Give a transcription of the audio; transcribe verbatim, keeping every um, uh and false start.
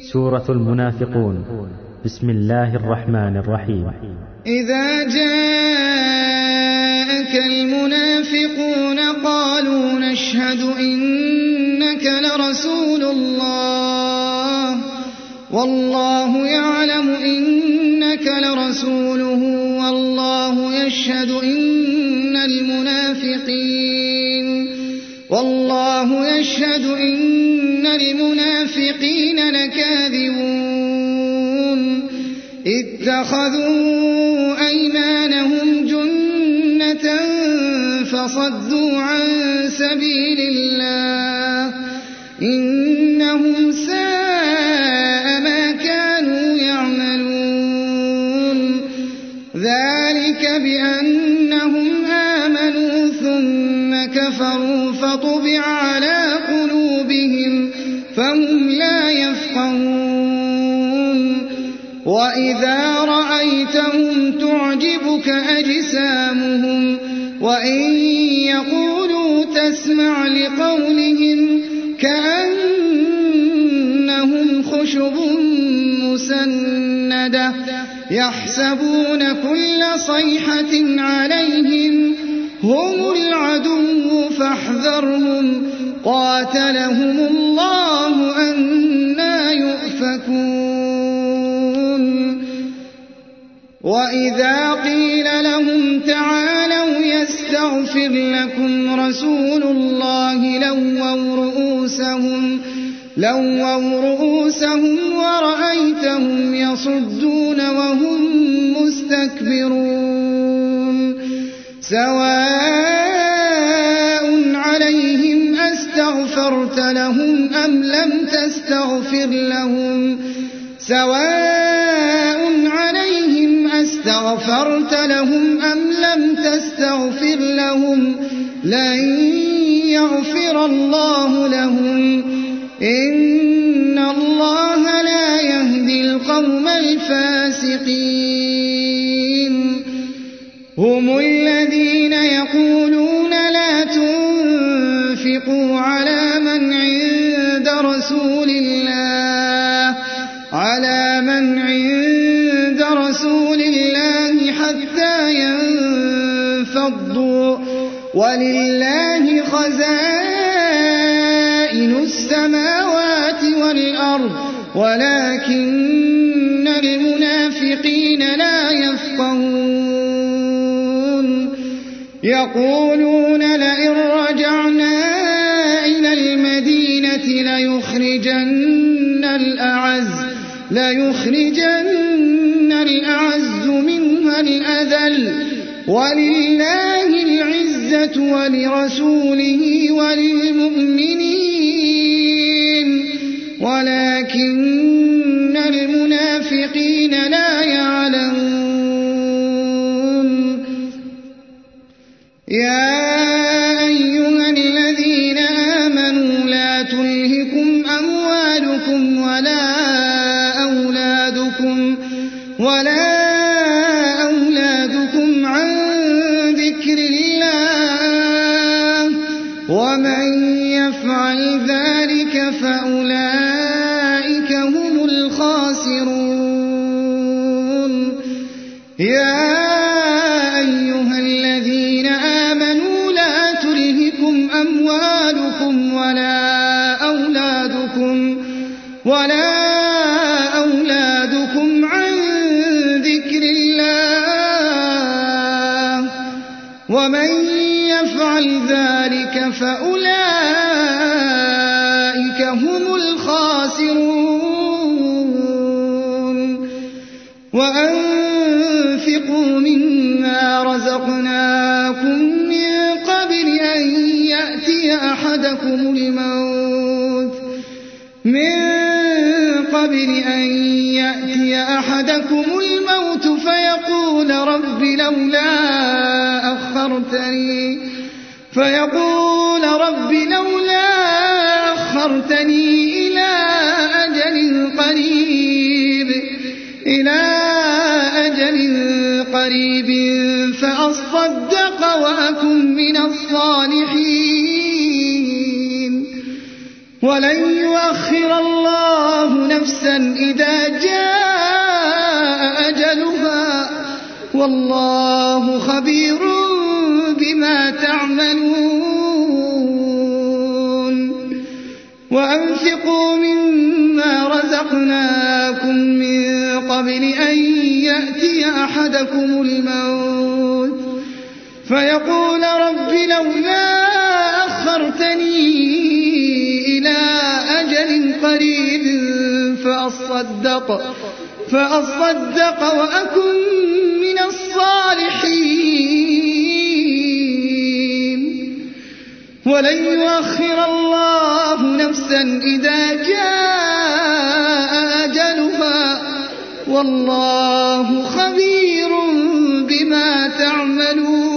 سورة المنافقون. بسم الله الرحمن الرحيم. إذا جاءك المنافقون قالوا نشهد إنك لرسول الله والله يعلم إنك لرسوله والله يشهد إن المنافقين والله يشهد إن المنافقين لكاذبون اتخذوا أيمانهم جنة فصدوا عن سبيل الله إنهم ساء ما كانوا يعملون ذلك بأنهم آمنوا ثم كفروا فطبع على قلوبهم فهم لا يفقهون وإذا رأيتهم تعجبك أجسامهم وإن يقولوا تسمع لقولهم كأنهم خشب مسندة يحسبون كل صيحة عليهم هم العدو فاحذرهم قاتلهم الله أنى يؤفكون وإذا قيل لهم تعالوا يستغفر لكم رسول الله لووا رؤوسهم لووا رؤوسهم ورأيتهم يصدون وهم مستكبرون سواء عليهم أستغفرت لهم أم لم تستغفر لهم سواء عليهم أستغفرت لهم أم لم تستغفر لهم لن يغفر الله لهم إن الله لا يهدي القوم الفاسقين هم الذين يقولون لا تنفقوا على من عند رسول الله على من عند رسول الله حتى ينفضوا ولله خزائن السماوات والأرض ولكن المنافقين لا يفقهون يقولون لئن رجعنا إلى المدينة ليخرجن الأعز ليخرجن الأعز منها الأذل ولله العزة ولرسوله وللمؤمنين ولكن المنافقين لا يعلمون يا أيها الذين آمنوا لا تلهكم أموالكم ولا أولادكم ولا أولادكم عن ذكر الله ومن يفعل ذلك فأولئك هم الخاسرون يا أيها الذين آمنوا لا تلهكم أموالكم ولا أولادكم ولا أولادكم عن ذكر الله ومن يفعل ذلك فأولئك هم الخاسرون وأنفقوا مما رزقناكم من قبل أن يأتي أحدكم الموت من قبل أن يأتي أحدكم الموت فيقول رب لولا أخرتني فيقول رب لولا أخرتني إلى أجل قريب إلى أجل قريب فأصدق وأكن من الصالحين ولن يؤخر الله نفسا إذا جاء أجلها والله خبير بما تعملون وأنفقوا مما رزقناكم من قبل أن يأتي أحدكم الموت فيقول رب لولا أخرتني إلى أجل قريب فأصدق, فأصدق وأكن من الصالحين ولن يؤخر الله نفسا إذا جاء أجلها والله خبير بما تعملون.